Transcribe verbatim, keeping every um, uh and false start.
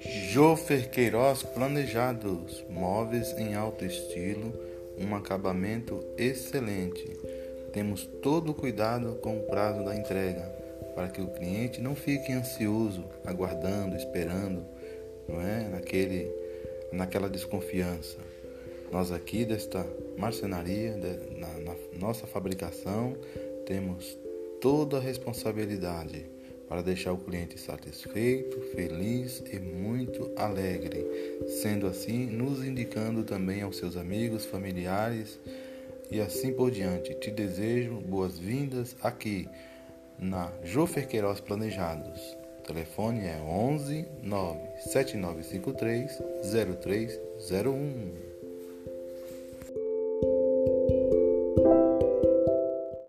Jofer Queiroz Planejados, móveis em alto estilo, um acabamento excelente. Temos todo o cuidado com o prazo da entrega, para que o cliente não fique ansioso, aguardando, esperando, não é? Naquele, naquela desconfiança. Nós aqui desta marcenaria, na, na nossa fabricação, temos toda a responsabilidade para deixar o cliente satisfeito, feliz e muito alegre, sendo assim nos indicando também aos seus amigos, familiares e assim por diante. Te desejo boas-vindas aqui na Jofer Queiroz Planejados. O telefone é onze nove sete nove cinco três zero três zero um.